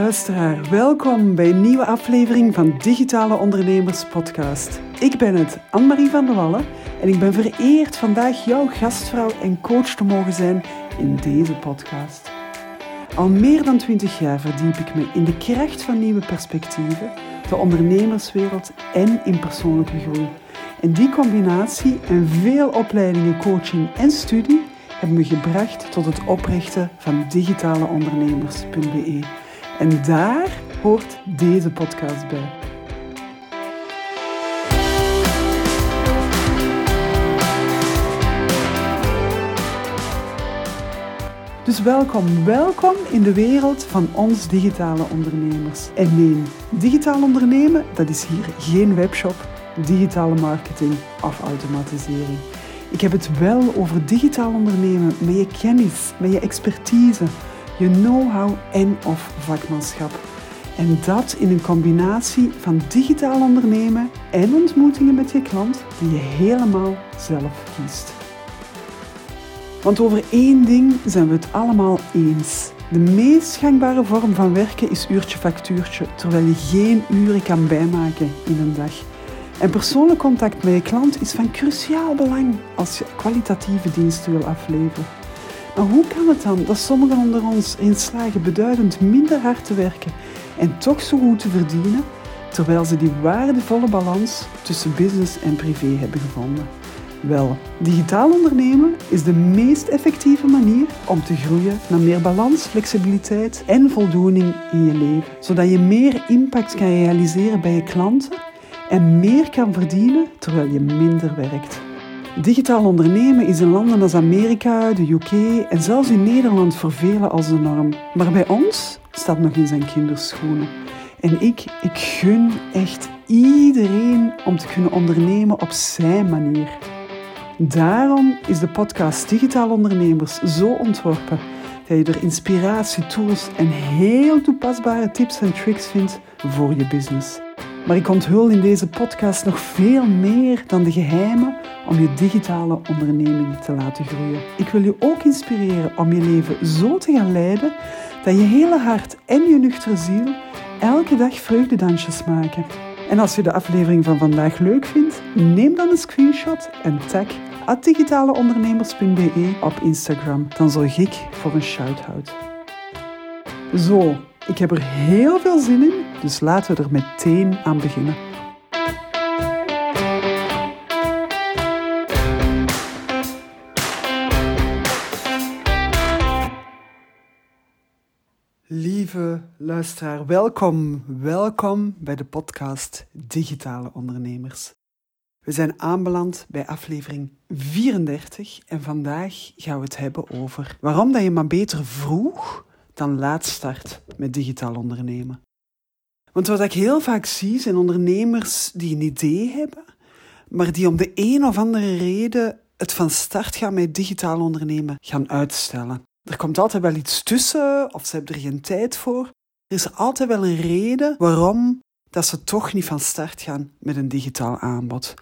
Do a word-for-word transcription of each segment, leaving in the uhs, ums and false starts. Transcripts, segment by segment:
luisteraar, welkom bij een nieuwe aflevering van Digitale Ondernemers Podcast. Ik ben het, Anne-Marie van de Wallen, en ik ben vereerd vandaag jouw gastvrouw en coach te mogen zijn in deze podcast. Al meer dan twintig jaar verdiep ik me in de kracht van nieuwe perspectieven, de ondernemerswereld en in persoonlijke groei. En die combinatie en veel opleidingen, coaching en studie hebben me gebracht tot het oprichten van digitale ondernemers punt b e. En daar hoort deze podcast bij. Dus welkom, welkom in de wereld van ons digitale ondernemers. En nee, digitaal ondernemen, dat is hier geen webshop, digitale marketing of automatisering. Ik heb het wel over digitaal ondernemen met je kennis, met je expertise, je know-how en of vakmanschap. En dat in een combinatie van digitaal ondernemen en ontmoetingen met je klant die je helemaal zelf kiest. Want over één ding zijn we het allemaal eens. De meest gangbare vorm van werken is uurtje-factuurtje, terwijl je geen uren kan bijmaken in een dag. En persoonlijk contact met je klant is van cruciaal belang als je kwalitatieve diensten wil afleveren. Maar hoe kan het dan dat sommigen onder ons erin slagen beduidend minder hard te werken en toch zo goed te verdienen, terwijl ze die waardevolle balans tussen business en privé hebben gevonden? Wel, digitaal ondernemen is de meest effectieve manier om te groeien naar meer balans, flexibiliteit en voldoening in je leven, zodat je meer impact kan realiseren bij je klanten en meer kan verdienen terwijl je minder werkt. Digitaal ondernemen is in landen als Amerika, de U K en zelfs in Nederland voor velen als de norm. Maar bij ons staat nog in zijn kinderschoenen. En ik, ik gun echt iedereen om te kunnen ondernemen op zijn manier. Daarom is de podcast Digitaal Ondernemers zo ontworpen dat je er inspiratie, tools en heel toepasbare tips en tricks vindt voor je business. Maar ik onthul in deze podcast nog veel meer dan de geheimen om je digitale onderneming te laten groeien. Ik wil je ook inspireren om je leven zo te gaan leiden dat je hele hart en je nuchtere ziel elke dag vreugdedansjes maken. En als je de aflevering van vandaag leuk vindt, neem dan een screenshot en tag at digitale ondernemers punt b e op Instagram. Dan zorg ik voor een shout-out. Zo, ik heb er heel veel zin in, dus laten we er meteen aan beginnen. Lieve luisteraar, welkom, welkom bij de podcast Digitale Ondernemers. We zijn aanbeland bij aflevering vierendertig en vandaag gaan we het hebben over waarom dat je maar beter vroeg dan laat start met digitaal ondernemen. Want wat ik heel vaak zie zijn ondernemers die een idee hebben, maar die om de een of andere reden het van start gaan met digitaal ondernemen gaan uitstellen. Er komt altijd wel iets tussen of ze hebben er geen tijd voor. Er is altijd wel een reden waarom dat ze toch niet van start gaan met een digitaal aanbod.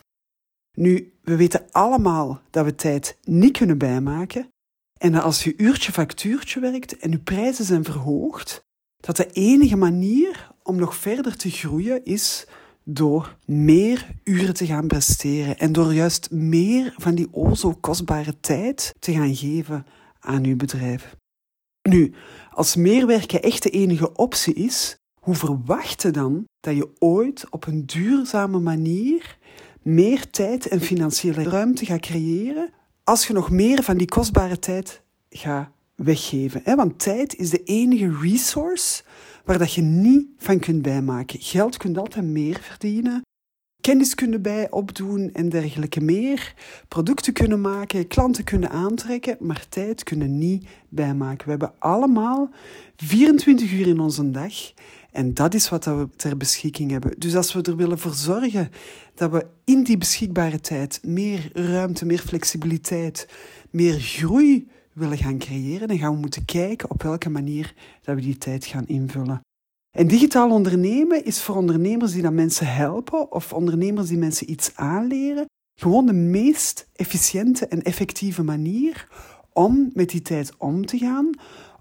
Nu, we weten allemaal dat we tijd niet kunnen bijmaken en dat als je uurtje-factuurtje werkt en je prijzen zijn verhoogd, dat de enige manier om nog verder te groeien is door meer uren te gaan presteren en door juist meer van die o zo kostbare tijd te gaan geven aan uw bedrijf. Nu, als meer werken echt de enige optie is, hoe verwacht je dan dat je ooit op een duurzame manier meer tijd en financiële ruimte gaat creëren als je nog meer van die kostbare tijd gaat weggeven? Hè? Want tijd is de enige resource waar dat je niet van kunt bijmaken. Geld kun je altijd meer verdienen, kennis kunnen bij opdoen en dergelijke meer, producten kunnen maken, klanten kunnen aantrekken, maar tijd kunnen niet bijmaken. We hebben allemaal vierentwintig uur in onze dag en dat is wat we ter beschikking hebben. Dus als we er willen voor zorgen dat we in die beschikbare tijd meer ruimte, meer flexibiliteit, meer groei willen gaan creëren, dan gaan we moeten kijken op welke manier dat we die tijd gaan invullen. En digitaal ondernemen is voor ondernemers die dan mensen helpen of ondernemers die mensen iets aanleren, gewoon de meest efficiënte en effectieve manier om met die tijd om te gaan,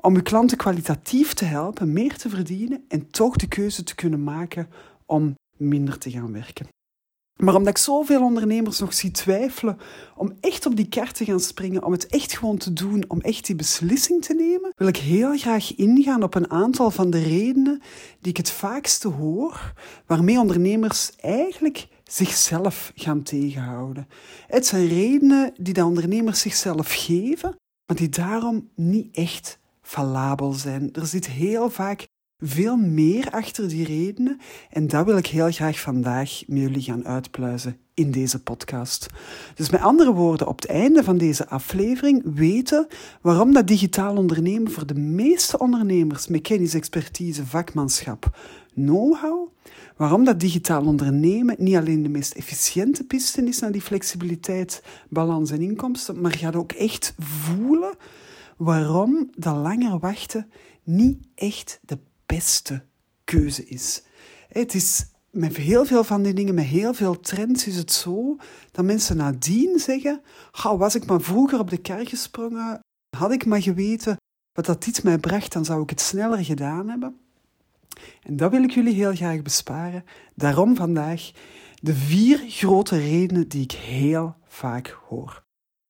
om uw klanten kwalitatief te helpen meer te verdienen en toch de keuze te kunnen maken om minder te gaan werken. Maar omdat ik zoveel ondernemers nog zie twijfelen om echt op die kaart te gaan springen, om het echt gewoon te doen, om echt die beslissing te nemen, wil ik heel graag ingaan op een aantal van de redenen die ik het vaakste hoor, waarmee ondernemers eigenlijk zichzelf gaan tegenhouden. Het zijn redenen die de ondernemers zichzelf geven, maar die daarom niet echt valabel zijn. Er zit heel vaak veel meer achter die redenen en dat wil ik heel graag vandaag met jullie gaan uitpluizen in deze podcast. Dus met andere woorden, op het einde van deze aflevering weten waarom dat digitaal ondernemen voor de meeste ondernemers met kennis, expertise, vakmanschap, know-how, waarom dat digitaal ondernemen niet alleen de meest efficiënte piste is naar die flexibiliteit, balans en inkomsten, maar gaat ook echt voelen waarom dat langer wachten niet echt de beste keuze is. Het is met heel veel van die dingen, met heel veel trends, is het zo dat mensen nadien zeggen, oh, was ik maar vroeger op de kar gesprongen, had ik maar geweten wat dat iets mij bracht, dan zou ik het sneller gedaan hebben. En dat wil ik jullie heel graag besparen. Daarom vandaag de vier grote redenen die ik heel vaak hoor.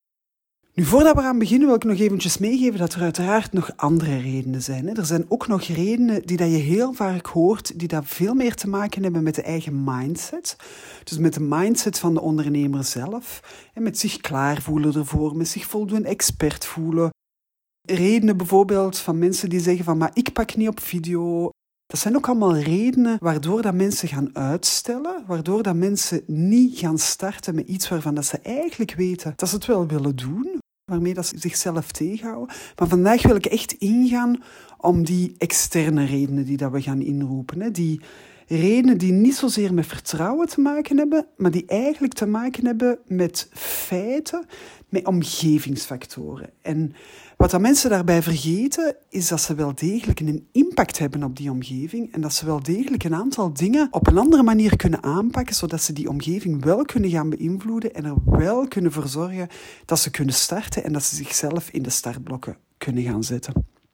Nu, voordat we gaan beginnen, wil ik nog eventjes meegeven dat er uiteraard nog andere redenen zijn. Er zijn ook nog redenen die dat je heel vaak hoort, die dat veel meer te maken hebben met de eigen mindset. Dus met de mindset van de ondernemer zelf. En met zich klaar voelen ervoor, met zich voldoende expert voelen. Redenen bijvoorbeeld van mensen die zeggen van, maar ik pak niet op video. Dat zijn ook allemaal redenen waardoor dat mensen gaan uitstellen, waardoor dat mensen niet gaan starten met iets waarvan dat ze eigenlijk weten dat ze het wel willen doen, waarmee dat ze zichzelf tegenhouden. Maar vandaag wil ik echt ingaan om die externe redenen die dat we gaan inroepen. Hè. Die redenen die niet zozeer met vertrouwen te maken hebben, maar die eigenlijk te maken hebben met feiten, met omgevingsfactoren. En wat dat mensen daarbij vergeten, is dat ze wel degelijk een impact hebben op die omgeving en dat ze wel degelijk een aantal dingen op een andere manier kunnen aanpakken, zodat ze die omgeving wel kunnen gaan beïnvloeden en er wel kunnen voor zorgen dat ze kunnen starten en dat ze zichzelf in de startblokken kunnen gaan zetten.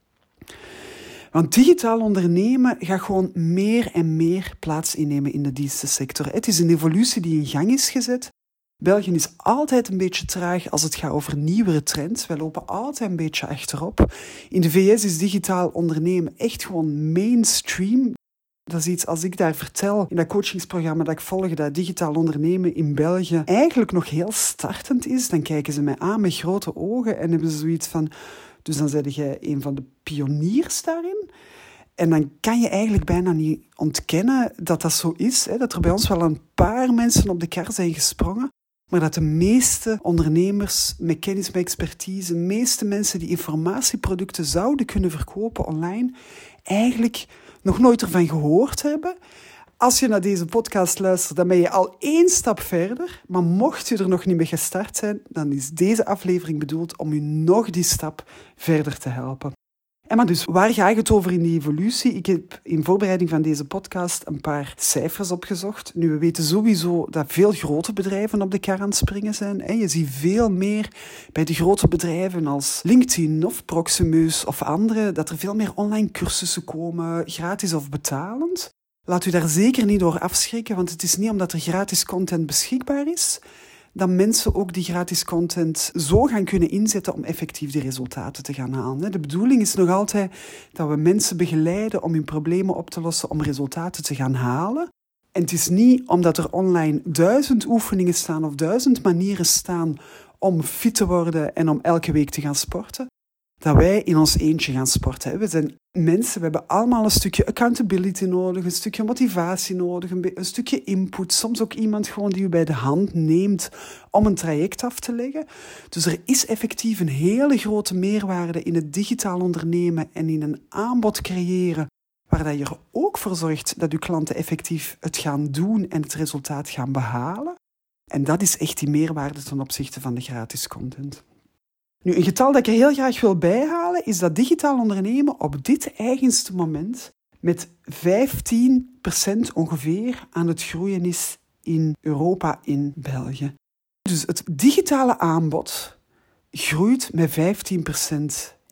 Want digitaal ondernemen gaat gewoon meer en meer plaats innemen in de dienstensector. Het is een evolutie die in gang is gezet. België is altijd een beetje traag als het gaat over nieuwere trends. Wij lopen altijd een beetje achterop. In de V S is digitaal ondernemen echt gewoon mainstream. Dat is iets, als ik daar vertel in dat coachingsprogramma dat ik volg, dat digitaal ondernemen in België eigenlijk nog heel startend is, dan kijken ze mij aan met grote ogen en hebben ze zoiets van, dus dan ben jij een van de pioniers daarin. En dan kan je eigenlijk bijna niet ontkennen dat dat zo is. Hè? Dat er bij ons wel een paar mensen op de kar zijn gesprongen, maar dat de meeste ondernemers met kennis, met expertise, de meeste mensen die informatieproducten zouden kunnen verkopen online, eigenlijk nog nooit ervan gehoord hebben. Als je naar deze podcast luistert, dan ben je al één stap verder. Maar mocht je er nog niet mee gestart zijn, dan is deze aflevering bedoeld om je nog die stap verder te helpen. En maar dus, waar ga ik het over in die evolutie? Ik heb in voorbereiding van deze podcast een paar cijfers opgezocht. Nu, we weten sowieso dat veel grote bedrijven op de kar aan het springen zijn. Je ziet veel meer bij de grote bedrijven als LinkedIn of Proximus of andere, dat er veel meer online cursussen komen, gratis of betalend. Laat u daar zeker niet door afschrikken, want het is niet omdat er gratis content beschikbaar is, dat mensen ook die gratis content zo gaan kunnen inzetten om effectief die resultaten te gaan halen. De bedoeling is nog altijd dat we mensen begeleiden om hun problemen op te lossen, om resultaten te gaan halen. En het is niet omdat er online duizend oefeningen staan of duizend manieren staan om fit te worden en om elke week te gaan sporten, dat wij in ons eentje gaan sporten. We zijn mensen, we hebben allemaal een stukje accountability nodig, een stukje motivatie nodig, een, een stukje input, soms ook iemand gewoon die u bij de hand neemt om een traject af te leggen. Dus er is effectief een hele grote meerwaarde in het digitaal ondernemen en in een aanbod creëren waar dat je er ook voor zorgt dat uw klanten effectief het gaan doen en het resultaat gaan behalen. En dat is echt die meerwaarde ten opzichte van de gratis content. Nu, een getal dat ik er heel graag wil bijhalen, is dat digitaal ondernemen op dit eigenste moment met vijftien procent ongeveer aan het groeien is in Europa, in België. Dus het digitale aanbod groeit met vijftien procent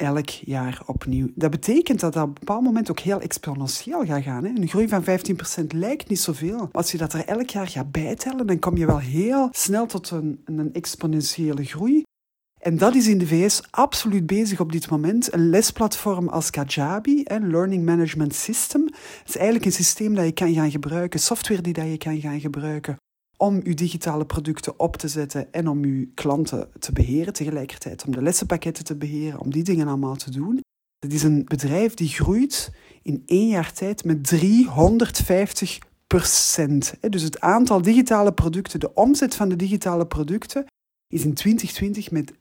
elk jaar opnieuw. Dat betekent dat dat op een bepaald moment ook heel exponentieel gaat gaan. Hè? Een groei van vijftien procent lijkt niet zoveel. Maar als je dat er elk jaar gaat bijtellen, dan kom je wel heel snel tot een, een exponentiële groei. En dat is in de V S absoluut bezig op dit moment. Een lesplatform als Kajabi, een Learning Management System. Dat is eigenlijk een systeem dat je kan gaan gebruiken, software die dat je kan gaan gebruiken om je digitale producten op te zetten en om je klanten te beheren tegelijkertijd, om de lessenpakketten te beheren, om die dingen allemaal te doen. Dat is een bedrijf die groeit in één jaar tijd met driehonderdvijftig procent. Dus het aantal digitale producten, de omzet van de digitale producten, is in twintig twintig met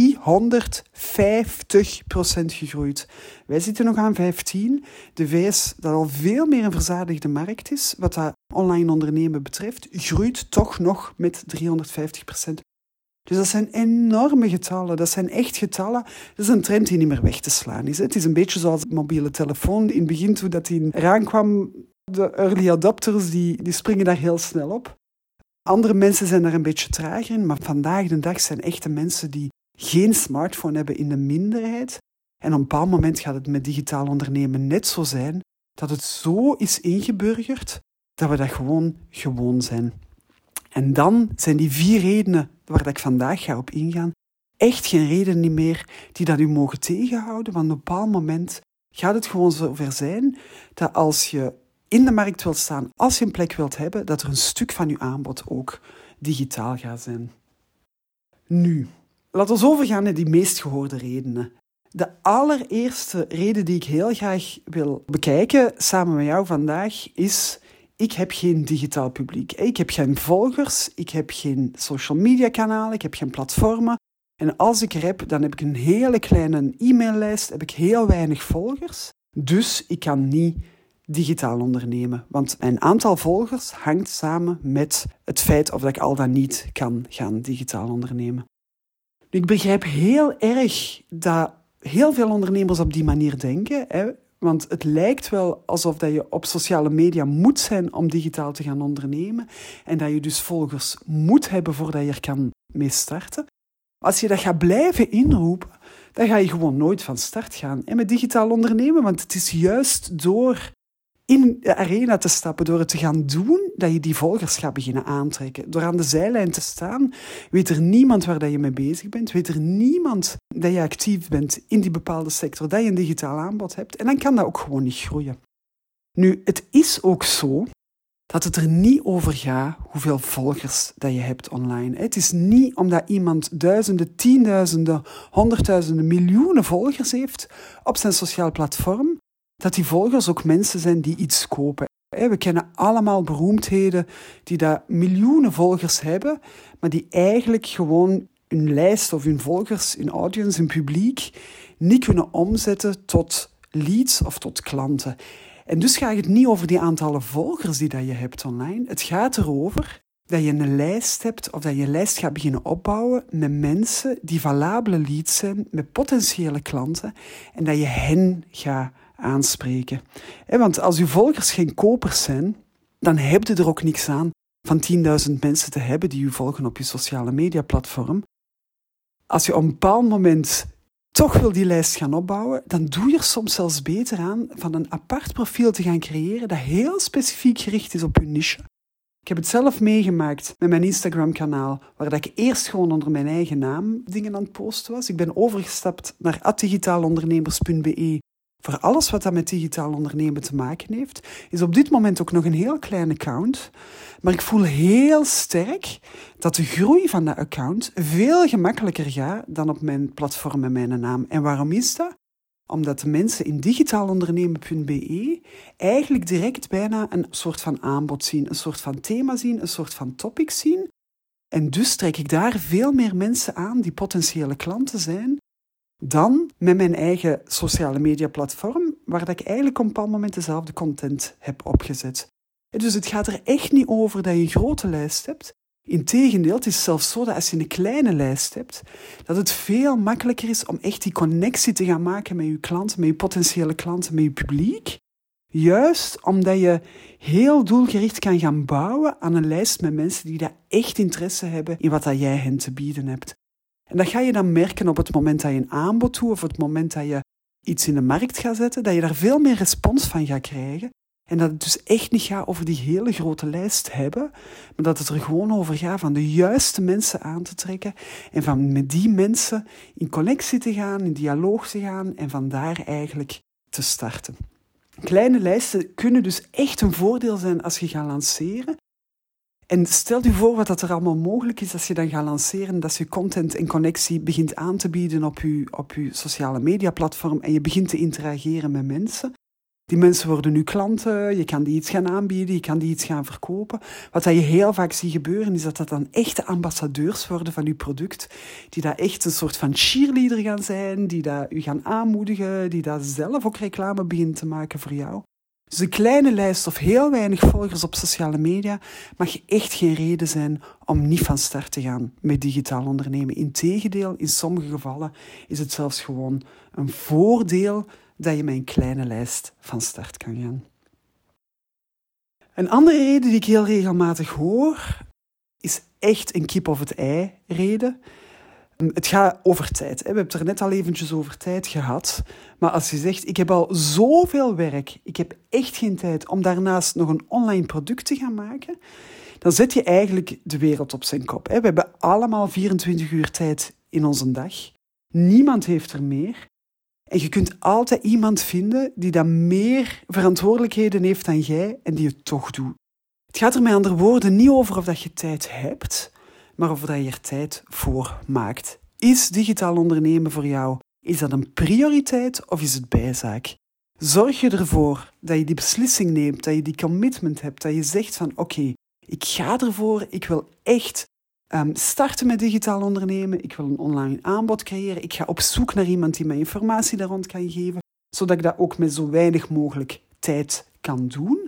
driehonderdvijftig procent gegroeid. Wij zitten nog aan vijftien. De V S, dat al veel meer een verzadigde markt is, wat dat online ondernemen betreft, groeit toch nog met driehonderdvijftig procent. Dus dat zijn enorme getallen. Dat zijn echt getallen. Dat is een trend die niet meer weg te slaan is. Het is een beetje zoals de mobiele telefoon. In het begin, toen dat die eraan kwam, de early adopters, die, die springen daar heel snel op. Andere mensen zijn daar een beetje trager in, maar vandaag de dag zijn echte mensen die geen smartphone hebben in de minderheid. En op een bepaald moment gaat het met digitaal ondernemen net zo zijn dat het zo is ingeburgerd dat we dat gewoon gewoon zijn. En dan zijn die vier redenen waar ik vandaag ga op ingaan echt geen redenen meer die dat u mogen tegenhouden. Want op een bepaald moment gaat het gewoon zover zijn dat als je in de markt wilt staan, als je een plek wilt hebben, dat er een stuk van je aanbod ook digitaal gaat zijn. Nu, laten we overgaan naar die meest gehoorde redenen. De allereerste reden die ik heel graag wil bekijken samen met jou vandaag is: ik heb geen digitaal publiek. Ik heb geen volgers, ik heb geen social media kanalen, ik heb geen platformen. En als ik er heb, dan heb ik een hele kleine e-maillijst, heb ik heel weinig volgers. Dus ik kan niet digitaal ondernemen. Want mijn aantal volgers hangt samen met het feit of dat ik al dan niet kan gaan digitaal ondernemen. Ik begrijp heel erg dat heel veel ondernemers op die manier denken, hè? Want het lijkt wel alsof dat je op sociale media moet zijn om digitaal te gaan ondernemen en dat je dus volgers moet hebben voordat je er kan mee starten. Als je dat gaat blijven inroepen, dan ga je gewoon nooit van start gaan en met digitaal ondernemen, want het is juist door in de arena te stappen, door het te gaan doen, dat je die volgers gaat beginnen aantrekken. Door aan de zijlijn te staan, weet er niemand waar dat je mee bezig bent, weet er niemand dat je actief bent in die bepaalde sector, dat je een digitaal aanbod hebt, en dan kan dat ook gewoon niet groeien. Nu, het is ook zo dat het er niet over gaat hoeveel volgers dat je hebt online. Het is niet omdat iemand duizenden, tienduizenden, honderdduizenden, miljoenen volgers heeft op zijn sociaal platform, dat die volgers ook mensen zijn die iets kopen. We kennen allemaal beroemdheden die daar miljoenen volgers hebben, maar die eigenlijk gewoon hun lijst of hun volgers, hun audience, hun publiek niet kunnen omzetten tot leads of tot klanten. En dus gaat het niet over die aantallen volgers die dat je hebt online. Het gaat erover dat je een lijst hebt of dat je een lijst gaat beginnen opbouwen met mensen die valabele leads zijn, met potentiële klanten, en dat je hen gaat aanspreken. Want als je volgers geen kopers zijn, dan heb je er ook niks aan van tienduizend mensen te hebben die je volgen op je sociale media platform. Als je op een bepaald moment toch wil die lijst gaan opbouwen, dan doe je er soms zelfs beter aan van een apart profiel te gaan creëren dat heel specifiek gericht is op je niche. Ik heb het zelf meegemaakt met mijn Instagram-kanaal, waar dat ik eerst gewoon onder mijn eigen naam dingen aan het posten was. Ik ben overgestapt naar at digitaalondernemers punt b e voor alles wat dat met digitaal ondernemen te maken heeft. Is op dit moment ook nog een heel klein account. Maar ik voel heel sterk dat de groei van dat account veel gemakkelijker gaat dan op mijn platform met mijn naam. En waarom is dat? Omdat de mensen in digitaalondernemen punt b e eigenlijk direct bijna een soort van aanbod zien, een soort van thema zien, een soort van topic zien. En dus trek ik daar veel meer mensen aan die potentiële klanten zijn dan met mijn eigen sociale media platform, waar dat ik eigenlijk op een bepaald moment dezelfde content heb opgezet. Dus het gaat er echt niet over dat je een grote lijst hebt. Integendeel, het is zelfs zo dat als je een kleine lijst hebt, dat het veel makkelijker is om echt die connectie te gaan maken met je klanten, met je potentiële klanten, met je publiek. Juist omdat je heel doelgericht kan gaan bouwen aan een lijst met mensen die daar echt interesse hebben in wat dat jij hen te bieden hebt. En dat ga je dan merken op het moment dat je een aanbod doet of op het moment dat je iets in de markt gaat zetten, dat je daar veel meer respons van gaat krijgen. En dat het dus echt niet gaat over die hele grote lijst hebben, maar dat het er gewoon over gaat van de juiste mensen aan te trekken en van met die mensen in connectie te gaan, in dialoog te gaan en van daar eigenlijk te starten. Kleine lijsten kunnen dus echt een voordeel zijn als je gaat lanceren. En stel je voor wat dat er allemaal mogelijk is als je dan gaat lanceren, dat je content en connectie begint aan te bieden op je, op je sociale media platform en je begint te interageren met mensen. Die mensen worden nu klanten, je kan die iets gaan aanbieden, je kan die iets gaan verkopen. Wat dat je heel vaak ziet gebeuren, is dat dat dan echte ambassadeurs worden van je product, die daar echt een soort van cheerleader gaan zijn, die dat u gaan aanmoedigen, die daar zelf ook reclame beginnen te maken voor jou. Dus een kleine lijst of heel weinig volgers op sociale media mag echt geen reden zijn om niet van start te gaan met digitaal ondernemen. Integendeel, in sommige gevallen is het zelfs gewoon een voordeel dat je met een kleine lijst van start kan gaan. Een andere reden die ik heel regelmatig hoor, is echt een kip of het ei reden. Het gaat over tijd. We hebben het er net al eventjes over tijd gehad. Maar als je zegt, ik heb al zoveel werk, ik heb echt geen tijd om daarnaast nog een online product te gaan maken, dan zet je eigenlijk de wereld op zijn kop. We hebben allemaal vierentwintig uur tijd in onze dag. Niemand heeft er meer. En je kunt altijd iemand vinden die dan meer verantwoordelijkheden heeft dan jij en die het toch doet. Het gaat er met andere woorden niet over of dat je tijd hebt, maar of dat je er tijd voor maakt. Is digitaal ondernemen voor jou? Is dat een prioriteit of is het bijzaak? Zorg je ervoor dat je die beslissing neemt, dat je die commitment hebt, dat je zegt van oké, okay, ik ga ervoor, ik wil echt um, starten met digitaal ondernemen, ik wil een online aanbod creëren, ik ga op zoek naar iemand die mij informatie daar rond kan geven, zodat ik dat ook met zo weinig mogelijk tijd kan doen.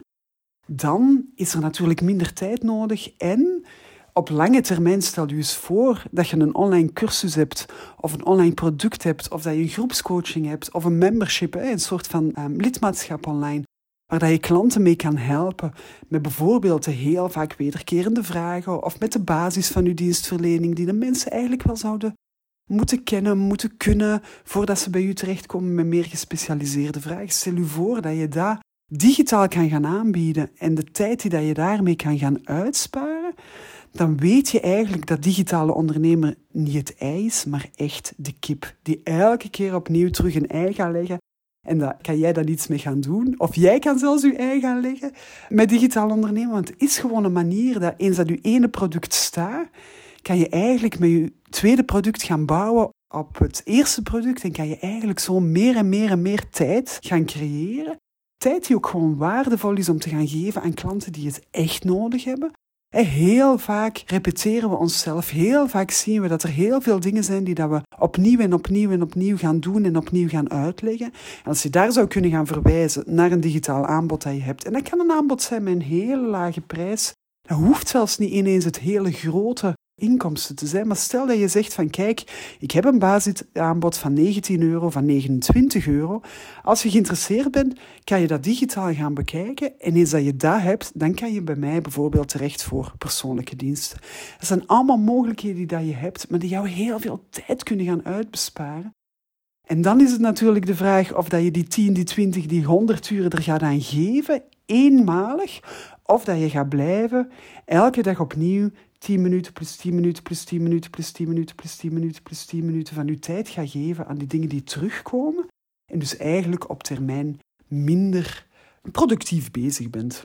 Dan is er natuurlijk minder tijd nodig en op lange termijn stel je eens voor dat je een online cursus hebt of een online product hebt of dat je een groepscoaching hebt of een membership, een soort van um, lidmaatschap online, waar dat je klanten mee kan helpen met bijvoorbeeld de heel vaak wederkerende vragen of met de basis van je dienstverlening die de mensen eigenlijk wel zouden moeten kennen, moeten kunnen voordat ze bij u terechtkomen met meer gespecialiseerde vragen. Stel je voor dat je dat digitaal kan gaan aanbieden en de tijd die dat je daarmee kan gaan uitsparen, dan weet je eigenlijk dat digitale ondernemer niet het ei is, maar echt de kip. Die elke keer opnieuw terug een ei gaat leggen. En daar kan jij dan iets mee gaan doen. Of jij kan zelfs je ei gaan leggen met digitaal ondernemen. Want het is gewoon een manier dat eens dat je ene product staat, kan je eigenlijk met je tweede product gaan bouwen op het eerste product. En kan je eigenlijk zo meer en meer en meer tijd gaan creëren. Tijd die ook gewoon waardevol is om te gaan geven aan klanten die het echt nodig hebben. Heel vaak repeteren we onszelf. Heel vaak zien we dat er heel veel dingen zijn die dat we opnieuw en opnieuw en opnieuw gaan doen en opnieuw gaan uitleggen. En als je daar zou kunnen gaan verwijzen naar een digitaal aanbod dat je hebt. En dat kan een aanbod zijn met een hele lage prijs. Dat hoeft zelfs niet ineens het hele grote inkomsten te zijn. Maar stel dat je zegt van kijk, ik heb een basisaanbod van negentien euro, van negenentwintig euro. Als je geïnteresseerd bent, kan je dat digitaal gaan bekijken. En eens dat je dat hebt, dan kan je bij mij bijvoorbeeld terecht voor persoonlijke diensten. Dat zijn allemaal mogelijkheden die dat je hebt, maar die jou heel veel tijd kunnen gaan uitbesparen. En dan is het natuurlijk de vraag of dat je die tien, die twintig, die honderd uur er gaat aan geven, eenmalig, of dat je gaat blijven elke dag opnieuw tien minuten plus tien minuten plus tien minuten plus tien minuten plus tien minuten plus tien minuten van je tijd gaat geven aan die dingen die terugkomen. En dus eigenlijk op termijn minder productief bezig bent.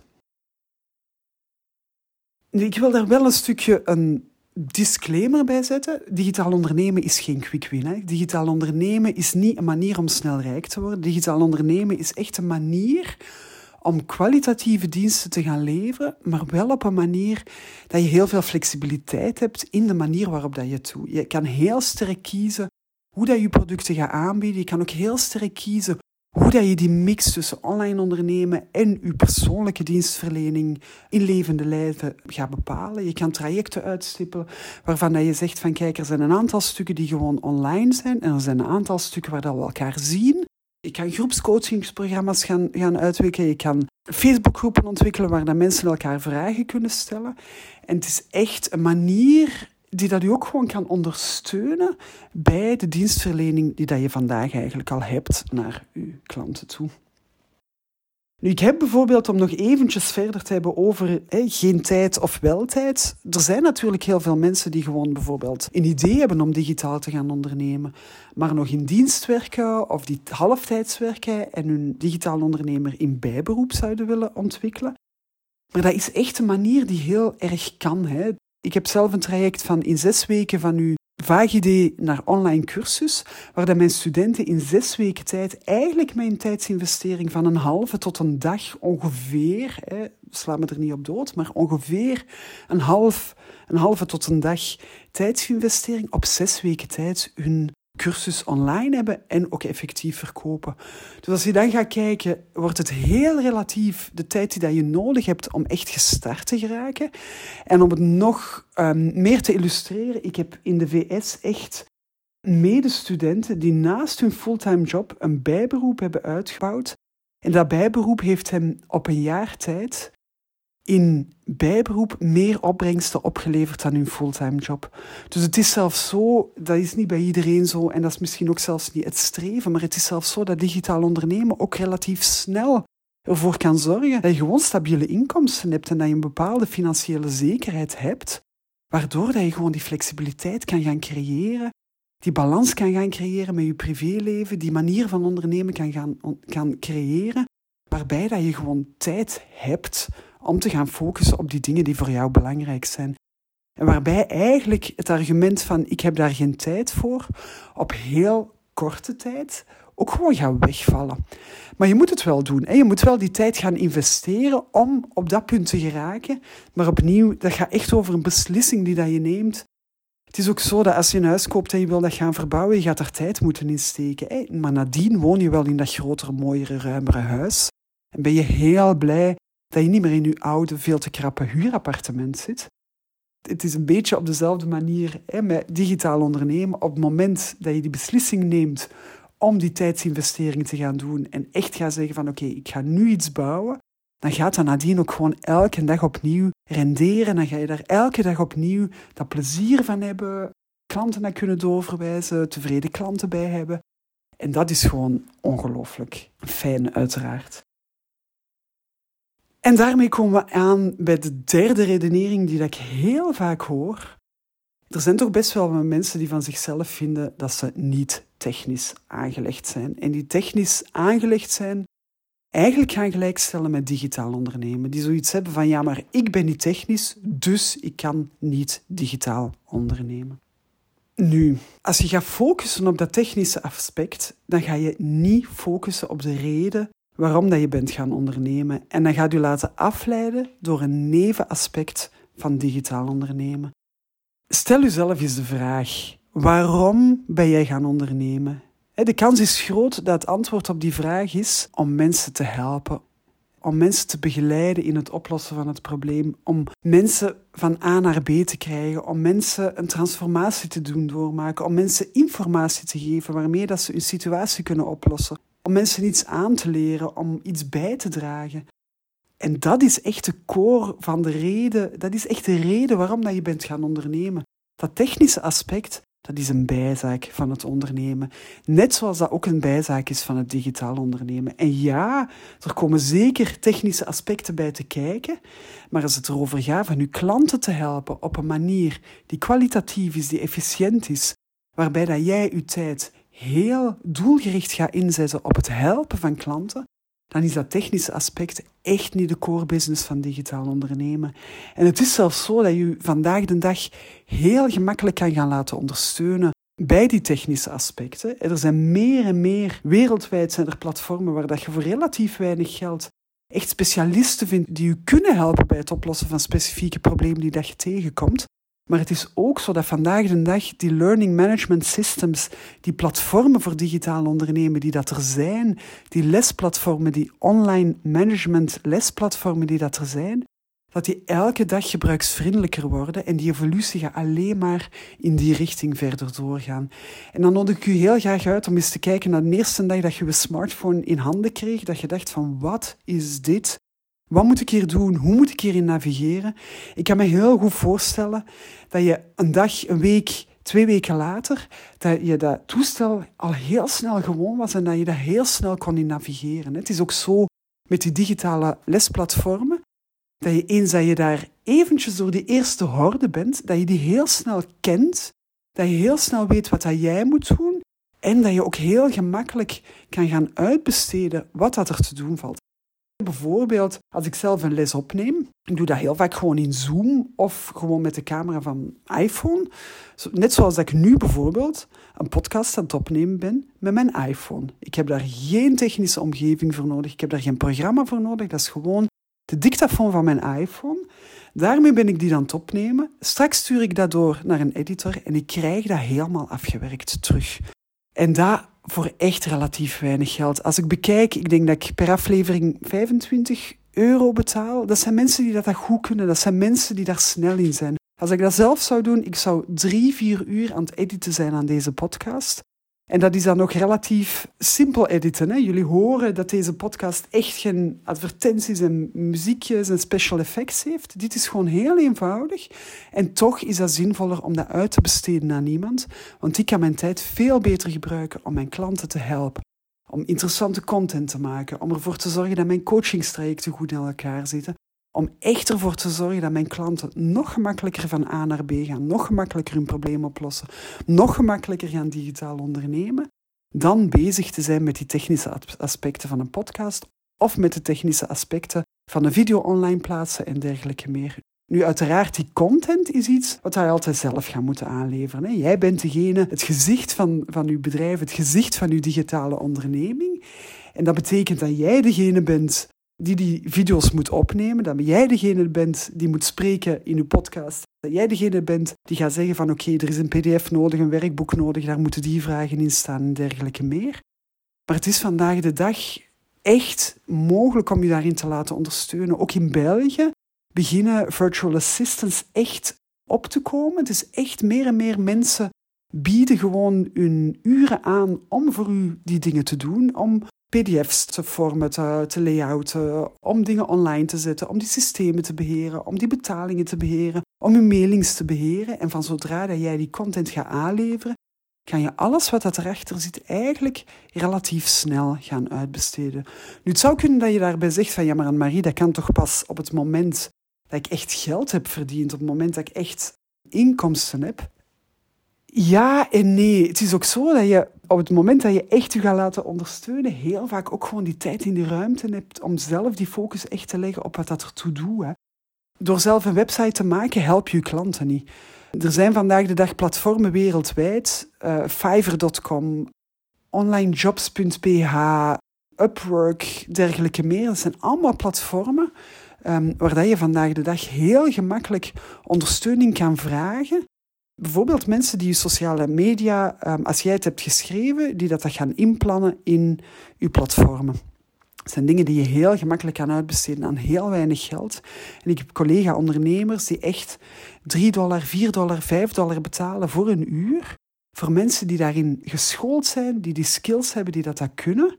Nu, ik wil daar wel een stukje een disclaimer bij zetten. Digitaal ondernemen is geen quick win. Hè. Digitaal ondernemen is niet een manier om snel rijk te worden. Digitaal ondernemen is echt een manier om kwalitatieve diensten te gaan leveren, maar wel op een manier dat je heel veel flexibiliteit hebt in de manier waarop dat je het doet. Je kan heel sterk kiezen hoe dat je producten gaat aanbieden. Je kan ook heel sterk kiezen hoe dat je die mix tussen online ondernemen en je persoonlijke dienstverlening in levende lijven gaat bepalen. Je kan trajecten uitstippelen waarvan dat je zegt van kijk, er zijn een aantal stukken die gewoon online zijn en er zijn een aantal stukken waar dat we elkaar zien. Je kan groepscoachingsprogramma's gaan, gaan uitwikkelen. Je kan Facebookgroepen ontwikkelen waar dat mensen elkaar vragen kunnen stellen. En het is echt een manier die dat je ook gewoon kan ondersteunen bij de dienstverlening die dat je vandaag eigenlijk al hebt naar je klanten toe. Nu, ik heb bijvoorbeeld, om nog eventjes verder te hebben over hè, geen tijd of wel tijd. Er zijn natuurlijk heel veel mensen die gewoon bijvoorbeeld een idee hebben om digitaal te gaan ondernemen, maar nog in dienst werken of die halftijds werken en hun digitaal ondernemer in bijberoep zouden willen ontwikkelen. Maar dat is echt een manier die heel erg kan. Hè. Ik heb zelf een traject van in zes weken van uw vaag idee naar online cursus, waar dat mijn studenten in zes weken tijd eigenlijk met een tijdsinvestering van een halve tot een dag ongeveer, hè, sla me er niet op dood, maar ongeveer een, half, een halve tot een dag tijdsinvestering op zes weken tijd hun cursus online hebben en ook effectief verkopen. Dus als je dan gaat kijken, wordt het heel relatief de tijd die dat je nodig hebt om echt gestart te geraken. En om het nog um, meer te illustreren, ik heb in de V S echt medestudenten die naast hun fulltime job een bijberoep hebben uitgebouwd. En dat bijberoep heeft hem op een jaar tijd in bijberoep meer opbrengsten opgeleverd dan hun fulltime job. Dus het is zelfs zo, dat is niet bij iedereen zo, en dat is misschien ook zelfs niet het streven, maar het is zelfs zo dat digitaal ondernemen ook relatief snel ervoor kan zorgen dat je gewoon stabiele inkomsten hebt en dat je een bepaalde financiële zekerheid hebt, waardoor dat je gewoon die flexibiliteit kan gaan creëren, die balans kan gaan creëren met je privéleven, die manier van ondernemen kan gaan kan creëren, waarbij dat je gewoon tijd hebt om te gaan focussen op die dingen die voor jou belangrijk zijn. En waarbij eigenlijk het argument van ik heb daar geen tijd voor, op heel korte tijd ook gewoon gaat wegvallen. Maar je moet het wel doen. Hè? Je moet wel die tijd gaan investeren om op dat punt te geraken. Maar opnieuw, dat gaat echt over een beslissing die dat je neemt. Het is ook zo dat als je een huis koopt en je wil dat gaan verbouwen, je gaat daar tijd moeten insteken. Hè? Maar nadien woon je wel in dat grotere, mooiere, ruimere huis. En ben je heel blij dat je niet meer in je oude, veel te krappe huurappartement zit. Het is een beetje op dezelfde manier hè, met digitaal ondernemen. Op het moment dat je die beslissing neemt om die tijdsinvestering te gaan doen en echt gaat zeggen van oké, okay, ik ga nu iets bouwen, dan gaat dat nadien ook gewoon elke dag opnieuw renderen. Dan ga je daar elke dag opnieuw dat plezier van hebben, klanten naar kunnen doorverwijzen, tevreden klanten bij hebben. En dat is gewoon ongelooflijk fijn, uiteraard. En daarmee komen we aan bij de derde redenering die dat ik heel vaak hoor. Er zijn toch best wel mensen die van zichzelf vinden dat ze niet technisch aangelegd zijn. En die technisch aangelegd zijn, eigenlijk gaan gelijkstellen met digitaal ondernemen. Die zoiets hebben van, ja, maar ik ben niet technisch, dus ik kan niet digitaal ondernemen. Nu, als je gaat focussen op dat technische aspect, dan ga je niet focussen op de reden waarom dat je bent gaan ondernemen. En dan gaat je laten afleiden door een nevenaspect van digitaal ondernemen. Stel jezelf eens de vraag, waarom ben jij gaan ondernemen? De kans is groot dat het antwoord op die vraag is om mensen te helpen, om mensen te begeleiden in het oplossen van het probleem, om mensen van A naar B te krijgen, om mensen een transformatie te doen doormaken, om mensen informatie te geven waarmee dat ze hun situatie kunnen oplossen, om mensen iets aan te leren, om iets bij te dragen. En dat is echt de core van de reden, dat is echt de reden waarom dat je bent gaan ondernemen. Dat technische aspect, dat is een bijzaak van het ondernemen. Net zoals dat ook een bijzaak is van het digitaal ondernemen. En ja, er komen zeker technische aspecten bij te kijken, maar als het erover gaat van uw klanten te helpen op een manier die kwalitatief is, die efficiënt is, waarbij dat jij uw tijd heel doelgericht gaat inzetten op het helpen van klanten, dan is dat technische aspect echt niet de core business van digitaal ondernemen. En het is zelfs zo dat je vandaag de dag heel gemakkelijk kan gaan laten ondersteunen bij die technische aspecten. Er zijn meer en meer, wereldwijd zijn er platformen waar dat je voor relatief weinig geld echt specialisten vindt die je kunnen helpen bij het oplossen van specifieke problemen die dat je tegenkomt. Maar het is ook zo dat vandaag de dag die learning management systems, die platformen voor digitaal ondernemen die dat er zijn, die lesplatformen, die online management lesplatformen die dat er zijn, dat die elke dag gebruiksvriendelijker worden en die evolutie gaat alleen maar in die richting verder doorgaan. En dan nodig ik u heel graag uit om eens te kijken naar de eerste dag dat je je smartphone in handen kreeg, dat je dacht van wat is dit? Wat moet ik hier doen? Hoe moet ik hierin navigeren? Ik kan me heel goed voorstellen dat je een dag, een week, twee weken later, dat je dat toestel al heel snel gewoon was en dat je daar heel snel kon in navigeren. Het is ook zo met die digitale lesplatformen, dat je eens dat je daar eventjes door die eerste horde bent, dat je die heel snel kent, dat je heel snel weet wat dat jij moet doen en dat je ook heel gemakkelijk kan gaan uitbesteden wat dat er te doen valt. Bijvoorbeeld, als ik zelf een les opneem, ik doe dat heel vaak gewoon in Zoom of gewoon met de camera van iPhone. Net zoals dat ik nu bijvoorbeeld een podcast aan het opnemen ben met mijn iPhone. Ik heb daar geen technische omgeving voor nodig, ik heb daar geen programma voor nodig, dat is gewoon de dictafoon van mijn iPhone. Daarmee ben ik die aan het opnemen. Straks stuur ik dat door naar een editor en ik krijg dat helemaal afgewerkt terug. En dat voor echt relatief weinig geld. Als ik bekijk, ik denk dat ik per aflevering vijfentwintig euro betaal. Dat zijn mensen die dat, dat goed kunnen. Dat zijn mensen die daar snel in zijn. Als ik dat zelf zou doen, ik zou drie, vier uur aan het editen zijn aan deze podcast. En dat is dan nog relatief simpel editen. Hè? Jullie horen dat deze podcast echt geen advertenties en muziekjes en special effects heeft. Dit is gewoon heel eenvoudig. En toch is dat zinvoller om dat uit te besteden aan iemand. Want ik kan mijn tijd veel beter gebruiken om mijn klanten te helpen. Om interessante content te maken. Om ervoor te zorgen dat mijn coachingstrajecten goed in elkaar zitten. Om echt ervoor te zorgen dat mijn klanten nog gemakkelijker van A naar B gaan, nog gemakkelijker hun probleem oplossen, nog gemakkelijker gaan digitaal ondernemen, dan bezig te zijn met die technische aspecten van een podcast of met de technische aspecten van een video online plaatsen en dergelijke meer. Nu, uiteraard, die content is iets wat je altijd zelf gaat moeten aanleveren. Hè. Jij bent degene, het gezicht van, van je bedrijf, het gezicht van je digitale onderneming. En dat betekent dat jij degene bent die die video's moet opnemen, dat jij degene bent die moet spreken in je podcast, dat jij degene bent die gaat zeggen van oké, okay, er is een pdf nodig, een werkboek nodig, daar moeten die vragen in staan en dergelijke meer. Maar het is vandaag de dag echt mogelijk om je daarin te laten ondersteunen. Ook in België beginnen virtual assistants echt op te komen. Het is echt meer en meer mensen bieden gewoon hun uren aan om voor u die dingen te doen, om P D F's te vormen, te, te layouten, om dingen online te zetten, om die systemen te beheren, om die betalingen te beheren, om je mailings te beheren. En van zodra dat jij die content gaat aanleveren, kan je alles wat dat erachter zit eigenlijk relatief snel gaan uitbesteden. Nu, het zou kunnen dat je daarbij zegt van ja, maar Anne-Marie, dat kan toch pas op het moment dat ik echt geld heb verdiend, op het moment dat ik echt inkomsten heb. Ja en nee. Het is ook zo dat je op het moment dat je echt je gaat laten ondersteunen, heel vaak ook gewoon die tijd in die ruimte hebt om zelf die focus echt te leggen op wat dat ertoe doet. Hè. Door zelf een website te maken, help je je klanten niet. Er zijn vandaag de dag platformen wereldwijd, uh, Fiverr punt com, onlinejobs punt p h, Upwork, dergelijke meer. Dat zijn allemaal platformen um, waar dat je vandaag de dag heel gemakkelijk ondersteuning kan vragen. Bijvoorbeeld mensen die je sociale media, um, als jij het hebt geschreven, die dat, dat gaan inplannen in je platformen. Dat zijn dingen die je heel gemakkelijk kan uitbesteden aan heel weinig geld. En ik heb collega-ondernemers die echt drie dollar, vier dollar, vijf dollar betalen voor een uur. Voor mensen die daarin geschoold zijn, die die skills hebben, die dat, dat kunnen.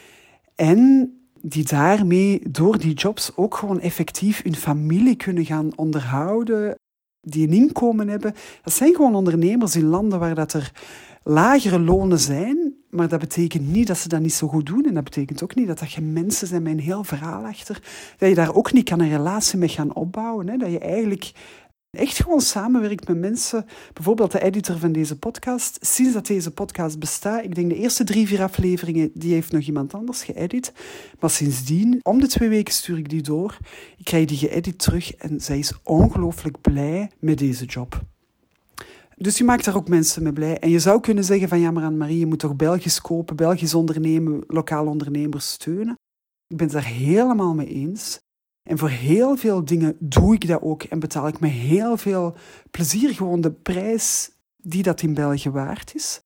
En die daarmee door die jobs ook gewoon effectief hun familie kunnen gaan onderhouden, die een inkomen hebben. Dat zijn gewoon ondernemers in landen waar dat er lagere lonen zijn, maar dat betekent niet dat ze dat niet zo goed doen. En dat betekent ook niet dat dat geen mensen zijn met een heel verhaal achter. Dat je daar ook niet kan een relatie mee gaan opbouwen. Hè? Dat je eigenlijk echt gewoon samenwerkt met mensen. Bijvoorbeeld de editor van deze podcast. Sinds dat deze podcast bestaat, ik denk de eerste drie, vier afleveringen, die heeft nog iemand anders geëdit. Maar sindsdien, om de twee weken stuur ik die door. Ik krijg die geëdit terug en zij is ongelooflijk blij met deze job. Dus je maakt daar ook mensen mee blij. En je zou kunnen zeggen van ja, maar Anne-Marie, je moet toch Belgisch kopen, Belgisch ondernemen, lokale ondernemers steunen. Ik ben het daar helemaal mee eens. En voor heel veel dingen doe ik dat ook en betaal ik met heel veel plezier gewoon de prijs die dat in België waard is.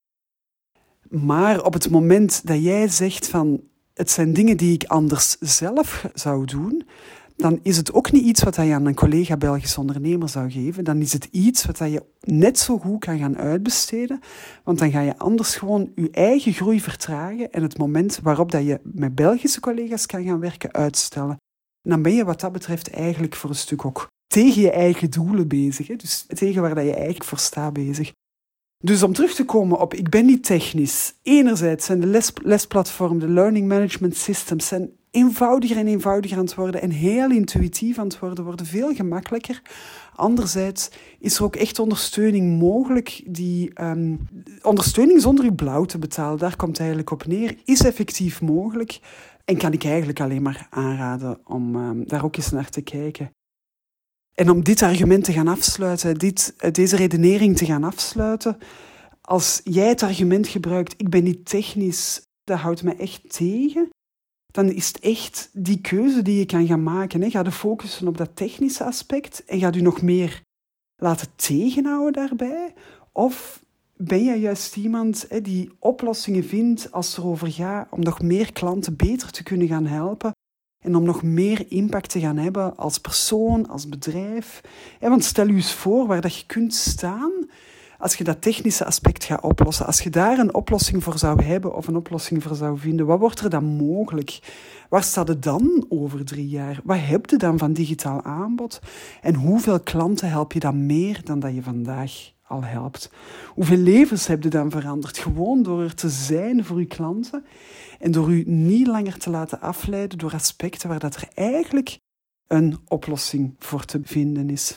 Maar op het moment dat jij zegt van het zijn dingen die ik anders zelf zou doen, dan is het ook niet iets wat je aan een collega Belgisch ondernemer zou geven. Dan is het iets wat je net zo goed kan gaan uitbesteden. Want dan ga je anders gewoon je eigen groei vertragen en het moment waarop dat je met Belgische collega's kan gaan werken uitstellen. dan ben je wat dat betreft eigenlijk voor een stuk ook tegen je eigen doelen bezig. Hè? Dus tegen waar dat je eigenlijk voor staat bezig. Dus om terug te komen op, ik ben niet technisch. Enerzijds zijn de les, lesplatformen, de learning management systems, zijn eenvoudiger en eenvoudiger aan het worden en heel intuïtief aan het worden, worden veel gemakkelijker. Anderzijds is er ook echt ondersteuning mogelijk. Die um, ondersteuning zonder je blauw te betalen, daar komt het eigenlijk op neer, is effectief mogelijk. En kan ik eigenlijk alleen maar aanraden om um, daar ook eens naar te kijken. En om dit argument te gaan afsluiten, dit, deze redenering te gaan afsluiten, als jij het argument gebruikt, ik ben niet technisch, dat houdt me echt tegen, dan is het echt die keuze die je kan gaan maken. Hè. Ga je focussen op dat technische aspect en gaat u nog meer laten tegenhouden daarbij? Of ben jij juist iemand hè, die oplossingen vindt als het erover gaat om nog meer klanten beter te kunnen gaan helpen en om nog meer impact te gaan hebben als persoon, als bedrijf? Ja, want stel je eens voor waar dat je kunt staan als je dat technische aspect gaat oplossen. Als je daar een oplossing voor zou hebben of een oplossing voor zou vinden, wat wordt er dan mogelijk? Waar staat het dan over drie jaar? Wat heb je dan van digitaal aanbod? En hoeveel klanten help je dan meer dan dat je vandaag al helpt? Hoeveel levens heb je dan veranderd? Gewoon door er te zijn voor je klanten en door u niet langer te laten afleiden door aspecten waar dat er eigenlijk een oplossing voor te vinden is.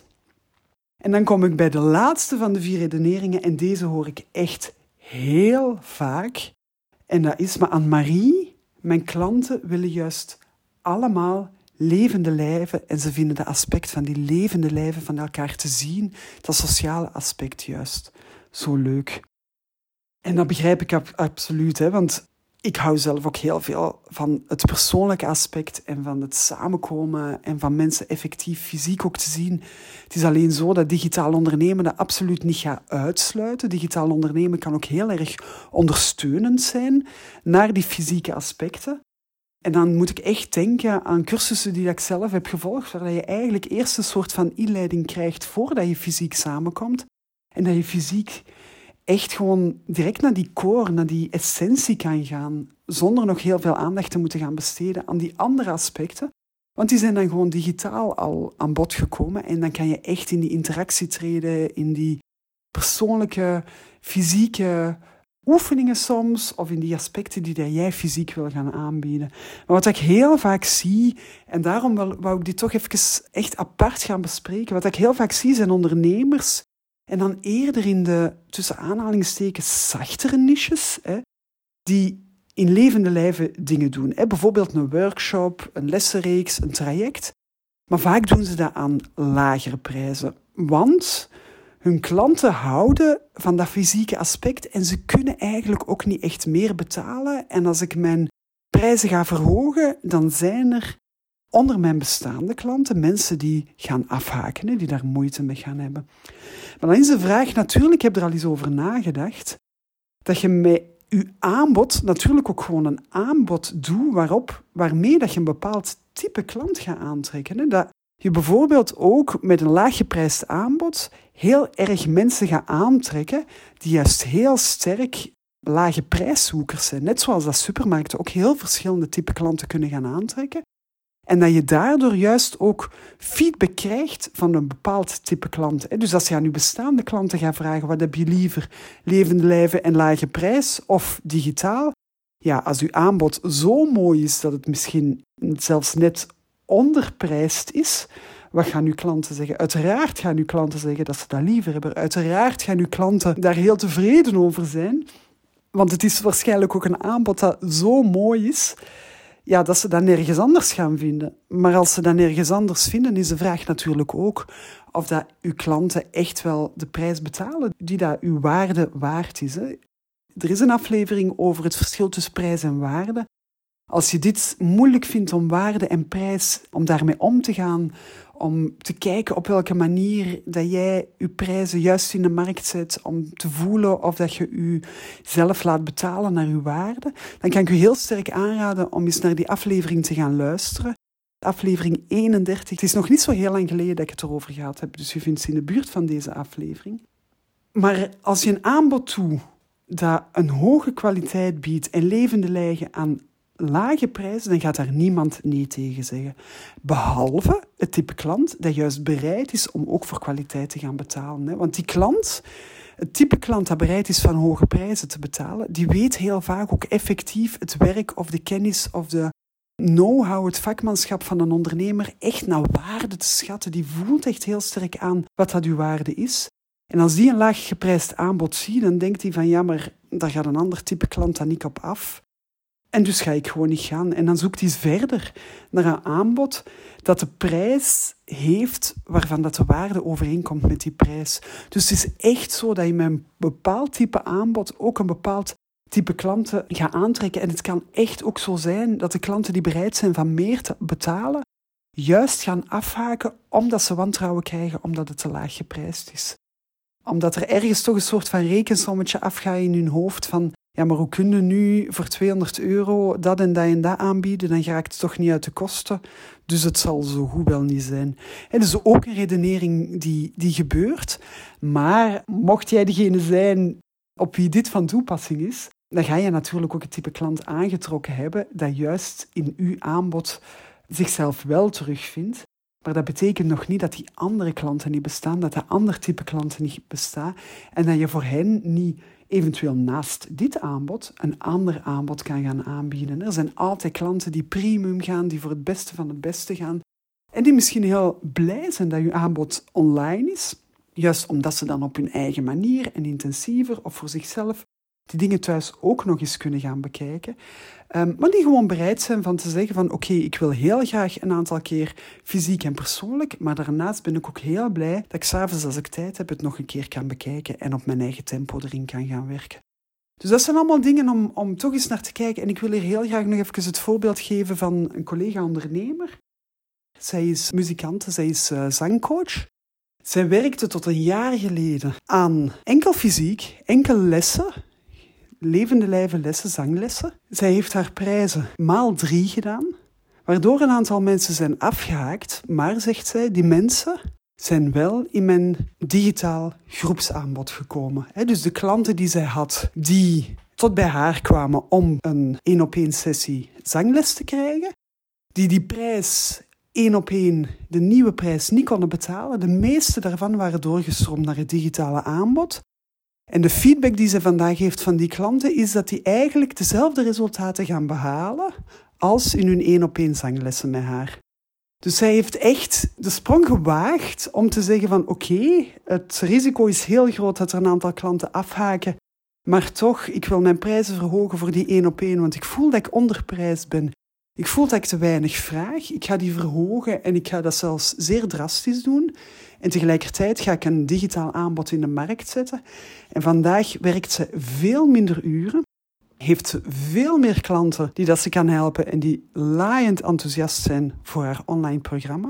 En dan kom ik bij de laatste van de vier redeneringen en deze hoor ik echt heel vaak. En dat is, maar Anne-Marie, mijn klanten willen juist allemaal levende lijven en ze vinden de aspect van die levende lijven van elkaar te zien, dat sociale aspect juist, zo leuk. En dat begrijp ik ab- absoluut, hè, want ik hou zelf ook heel veel van het persoonlijke aspect en van het samenkomen en van mensen effectief fysiek ook te zien. Het is alleen zo dat digitaal ondernemen dat absoluut niet gaat uitsluiten. Digitaal ondernemen kan ook heel erg ondersteunend zijn naar die fysieke aspecten. En dan moet ik echt denken aan cursussen die ik zelf heb gevolgd, waar je eigenlijk eerst een soort van inleiding krijgt voordat je fysiek samenkomt. En dat je fysiek echt gewoon direct naar die core, naar die essentie kan gaan, zonder nog heel veel aandacht te moeten gaan besteden aan die andere aspecten. Want die zijn dan gewoon digitaal al aan bod gekomen en dan kan je echt in die interactie treden, in die persoonlijke, fysieke oefeningen soms, of in die aspecten die jij fysiek wil gaan aanbieden. Maar wat ik heel vaak zie, en daarom wou ik dit toch even echt apart gaan bespreken, wat ik heel vaak zie zijn ondernemers, en dan eerder in de, tussen aanhalingstekens, zachtere niches, hè, die in levende lijven dingen doen. Hè. Bijvoorbeeld een workshop, een lessenreeks, een traject. Maar vaak doen ze dat aan lagere prijzen. Want hun klanten houden van dat fysieke aspect en ze kunnen eigenlijk ook niet echt meer betalen. En als ik mijn prijzen ga verhogen, dan zijn er onder mijn bestaande klanten mensen die gaan afhaken, hè, die daar moeite mee gaan hebben. Maar dan is de vraag, natuurlijk, ik heb er al eens over nagedacht, dat je met je aanbod natuurlijk ook gewoon een aanbod doet waarop, waarmee dat je een bepaald type klant gaat aantrekken. Hè. Dat je bijvoorbeeld ook met een laaggeprijsd aanbod heel erg mensen gaat aantrekken die juist heel sterk lage prijszoekers zijn. Net zoals dat supermarkten ook heel verschillende type klanten kunnen gaan aantrekken. En dat je daardoor juist ook feedback krijgt van een bepaald type klant. Dus als je aan je bestaande klanten gaat vragen, wat heb je liever, levende lijven en lage prijs of digitaal? Ja, als uw aanbod zo mooi is dat het misschien zelfs net onderprijsd is, wat gaan uw klanten zeggen? Uiteraard gaan uw klanten zeggen dat ze dat liever hebben. Uiteraard gaan uw klanten daar heel tevreden over zijn. Want het is waarschijnlijk ook een aanbod dat zo mooi is, ja, dat ze dat nergens anders gaan vinden. Maar als ze dat nergens anders vinden, is de vraag natuurlijk ook of dat uw klanten echt wel de prijs betalen die dat uw waarde waard is. Hè. Er is een aflevering over het verschil tussen prijs en waarde. Als je dit moeilijk vindt om waarde en prijs, om daarmee om te gaan, om te kijken op welke manier dat jij je prijzen juist in de markt zet, om te voelen of dat je jezelf laat betalen naar je waarde, dan kan ik u heel sterk aanraden om eens naar die aflevering te gaan luisteren. Aflevering eenendertig. Het is nog niet zo heel lang geleden dat ik het erover gehad heb, dus je vindt ze in de buurt van deze aflevering. Maar als je een aanbod doet dat een hoge kwaliteit biedt en levende lijven aan lage prijzen, dan gaat daar niemand nee tegen zeggen. Behalve het type klant dat juist bereid is om ook voor kwaliteit te gaan betalen. Hè. Want die klant, het type klant dat bereid is van hoge prijzen te betalen, die weet heel vaak ook effectief het werk of de kennis of de know-how, het vakmanschap van een ondernemer echt naar waarde te schatten. Die voelt echt heel sterk aan wat dat uw waarde is. En als die een laag geprijsd aanbod ziet, dan denkt hij van ja, maar daar gaat een ander type klant dan ik op af. En dus ga ik gewoon niet gaan. En dan zoekt hij verder naar een aanbod dat de prijs heeft waarvan dat de waarde overeenkomt met die prijs. Dus het is echt zo dat je met een bepaald type aanbod ook een bepaald type klanten gaat aantrekken. En het kan echt ook zo zijn dat de klanten die bereid zijn van meer te betalen, juist gaan afhaken omdat ze wantrouwen krijgen, omdat het te laag geprijsd is. Omdat er ergens toch een soort van rekensommetje afgaat in hun hoofd van ja, maar hoe kun je nu voor tweehonderd euro dat en dat en dat aanbieden? Dan raakt het toch niet uit de kosten. Dus het zal zo goed wel niet zijn. Het is ook een redenering die, die gebeurt. Maar mocht jij degene zijn op wie dit van toepassing is, dan ga je natuurlijk ook het type klant aangetrokken hebben dat juist in uw aanbod zichzelf wel terugvindt. Maar dat betekent nog niet dat die andere klanten niet bestaan, dat dat ander type klanten niet bestaan en dat je voor hen niet eventueel naast dit aanbod een ander aanbod kan gaan aanbieden. Er zijn altijd klanten die premium gaan, die voor het beste van het beste gaan en die misschien heel blij zijn dat je aanbod online is, juist omdat ze dan op hun eigen manier en intensiever of voor zichzelf die dingen thuis ook nog eens kunnen gaan bekijken. Um, maar die gewoon bereid zijn van te zeggen van oké, okay, ik wil heel graag een aantal keer fysiek en persoonlijk, maar daarnaast ben ik ook heel blij dat ik 's avonds als ik tijd heb het nog een keer kan bekijken en op mijn eigen tempo erin kan gaan werken. Dus dat zijn allemaal dingen om, om toch eens naar te kijken. En ik wil hier heel graag nog even het voorbeeld geven van een collega-ondernemer. Zij is muzikante, zij is uh, zangcoach. Zij werkte tot een jaar geleden aan enkel fysiek, enkel lessen, levende lijven lessen, zanglessen. Zij heeft haar prijzen maal drie gedaan, waardoor een aantal mensen zijn afgehaakt. Maar, zegt zij, die mensen zijn wel in mijn digitaal groepsaanbod gekomen. Dus de klanten die zij had, die tot bij haar kwamen om een één-op-één sessie zangles te krijgen, die die prijs één op één, de nieuwe prijs, niet konden betalen. De meeste daarvan waren doorgestroomd naar het digitale aanbod. En de feedback die ze vandaag heeft van die klanten is dat die eigenlijk dezelfde resultaten gaan behalen als in hun één-op-één zanglessen met haar. Dus zij heeft echt de sprong gewaagd om te zeggen van oké, okay, het risico is heel groot dat er een aantal klanten afhaken, maar toch, ik wil mijn prijzen verhogen voor die één-op-één, want ik voel dat ik onderprijsd ben. Ik voel dat ik te weinig vraag. Ik ga die verhogen en ik ga dat zelfs zeer drastisch doen. En tegelijkertijd ga ik een digitaal aanbod in de markt zetten. En vandaag werkt ze veel minder uren. Heeft ze veel meer klanten die dat ze kan helpen en die laaiend enthousiast zijn voor haar online programma.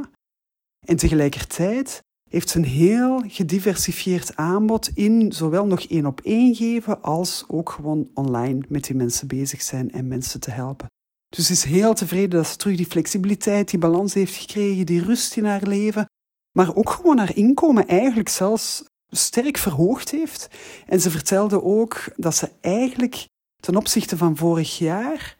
En tegelijkertijd heeft ze een heel gediversifieerd aanbod in zowel nog één op één geven als ook gewoon online met die mensen bezig zijn en mensen te helpen. Dus ze is heel tevreden dat ze terug die flexibiliteit, die balans heeft gekregen, die rust in haar leven, maar ook gewoon haar inkomen eigenlijk zelfs sterk verhoogd heeft. En ze vertelde ook dat ze eigenlijk ten opzichte van vorig jaar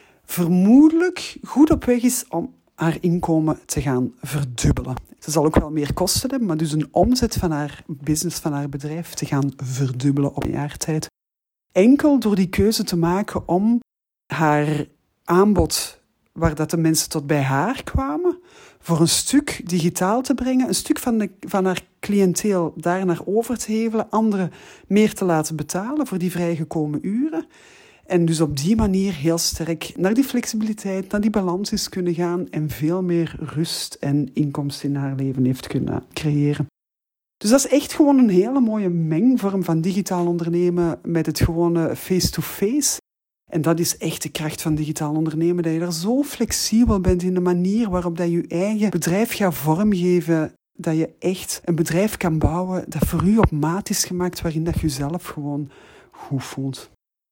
vermoedelijk goed op weg is om haar inkomen te gaan verdubbelen. Ze zal ook wel meer kosten hebben, maar dus een omzet van haar business, van haar bedrijf, te gaan verdubbelen op een jaar tijd. Enkel door die keuze te maken om haar aanbod, waar dat de mensen tot bij haar kwamen, voor een stuk digitaal te brengen, een stuk van, de, van haar cliënteel daar naar over te hevelen, anderen meer te laten betalen voor die vrijgekomen uren. En dus op die manier heel sterk naar die flexibiliteit, naar die balans is kunnen gaan en veel meer rust en inkomsten in haar leven heeft kunnen creëren. Dus dat is echt gewoon een hele mooie mengvorm van digitaal ondernemen met het gewone face-to-face. En dat is echt de kracht van digitaal ondernemen, dat je er zo flexibel bent in de manier waarop dat je je eigen bedrijf gaat vormgeven, dat je echt een bedrijf kan bouwen dat voor u op maat is gemaakt, waarin dat je jezelf gewoon goed voelt.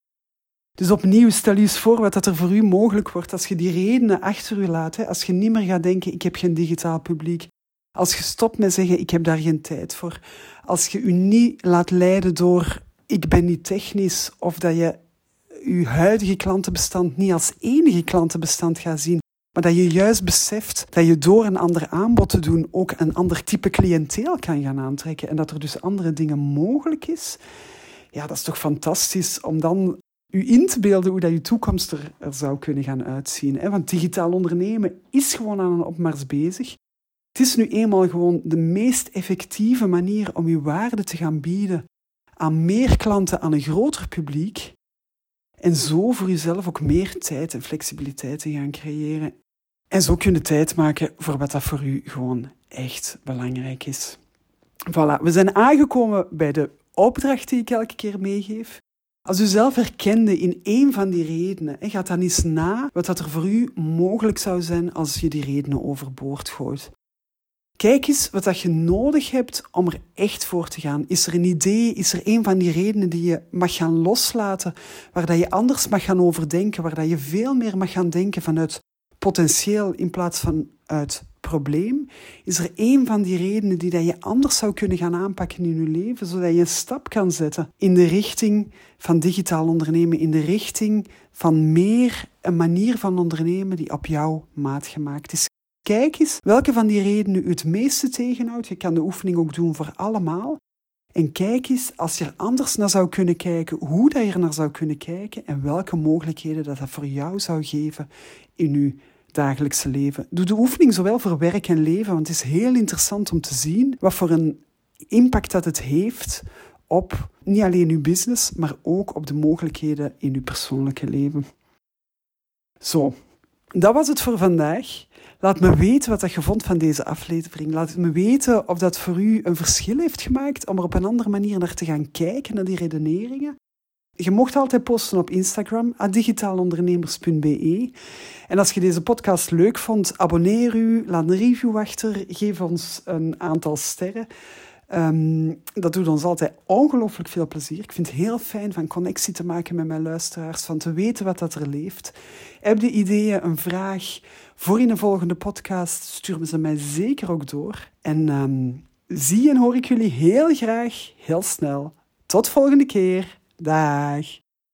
Dus opnieuw, stel je eens voor wat dat er voor u mogelijk wordt als je die redenen achter u laat. Hè? Als je niet meer gaat denken, ik heb geen digitaal publiek. Als je stopt met zeggen, ik heb daar geen tijd voor. Als je je niet laat leiden door, ik ben niet technisch, of dat je je huidige klantenbestand niet als enige klantenbestand gaat zien, maar dat je juist beseft dat je door een ander aanbod te doen ook een ander type cliënteel kan gaan aantrekken en dat er dus andere dingen mogelijk is. Ja, dat is toch fantastisch om dan u in te beelden hoe dat je toekomst er, er zou kunnen gaan uitzien. Hè? Want digitaal ondernemen is gewoon aan een opmars bezig. Het is nu eenmaal gewoon de meest effectieve manier om je waarde te gaan bieden aan meer klanten, aan een groter publiek. En zo voor jezelf ook meer tijd en flexibiliteit te gaan creëren. En zo kun je tijd maken voor wat dat voor u gewoon echt belangrijk is. Voilà, we zijn aangekomen bij de opdracht die ik elke keer meegeef. Als u zelf herkende in één van die redenen, ga dan eens na wat dat er voor u mogelijk zou zijn als je die redenen overboord gooit. Kijk eens wat dat je nodig hebt om er echt voor te gaan. Is er een idee, is er een van die redenen die je mag gaan loslaten, waar dat je anders mag gaan overdenken, waar dat je veel meer mag gaan denken vanuit potentieel in plaats van uit probleem? Is er een van die redenen die dat je anders zou kunnen gaan aanpakken in je leven, zodat je een stap kan zetten in de richting van digitaal ondernemen, in de richting van meer een manier van ondernemen die op jouw maat gemaakt is? Kijk eens welke van die redenen u het meeste tegenhoudt. Je kan de oefening ook doen voor allemaal. En kijk eens, als je er anders naar zou kunnen kijken, hoe dat je er naar zou kunnen kijken en welke mogelijkheden dat, dat voor jou zou geven in je dagelijkse leven. Doe de oefening zowel voor werk en leven, want het is heel interessant om te zien wat voor een impact dat het heeft op niet alleen uw business, maar ook op de mogelijkheden in uw persoonlijke leven. Zo, dat was het voor vandaag. Laat me weten wat dat je vond van deze aflevering. Laat me weten of dat voor u een verschil heeft gemaakt om er op een andere manier naar te gaan kijken, naar die redeneringen. Je mocht altijd posten op Instagram, at digitaalondernemers punt b e. En als je deze podcast leuk vond, abonneer u, laat een review achter, geef ons een aantal sterren. Um, dat doet ons altijd ongelooflijk veel plezier. Ik vind het heel fijn van connectie te maken met mijn luisteraars, van te weten wat dat er leeft. Heb je ideeën, een vraag voor in een volgende podcast, stuur me ze mij zeker ook door. En um, zie en hoor ik jullie heel graag, heel snel. Tot volgende keer. Dag.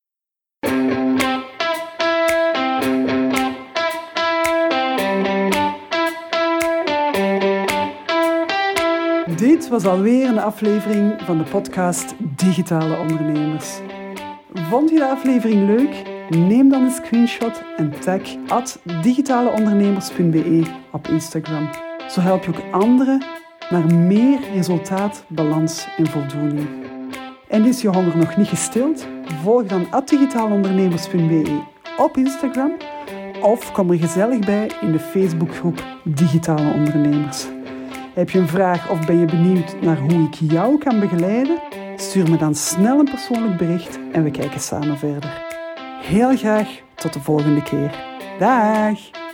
Dit was alweer een aflevering van de podcast Digitale Ondernemers. Vond je de aflevering leuk? Neem dan een screenshot en tag at digitaalondernemers punt b e op Instagram. Zo help je ook anderen naar meer resultaat, balans en voldoening. En is je honger nog niet gestild? Volg dan at digitaalondernemers punt b e op Instagram of kom er gezellig bij in de Facebookgroep Digitale Ondernemers. Heb je een vraag of ben je benieuwd naar hoe ik jou kan begeleiden? Stuur me dan snel een persoonlijk bericht en we kijken samen verder. Heel graag tot de volgende keer. Dag!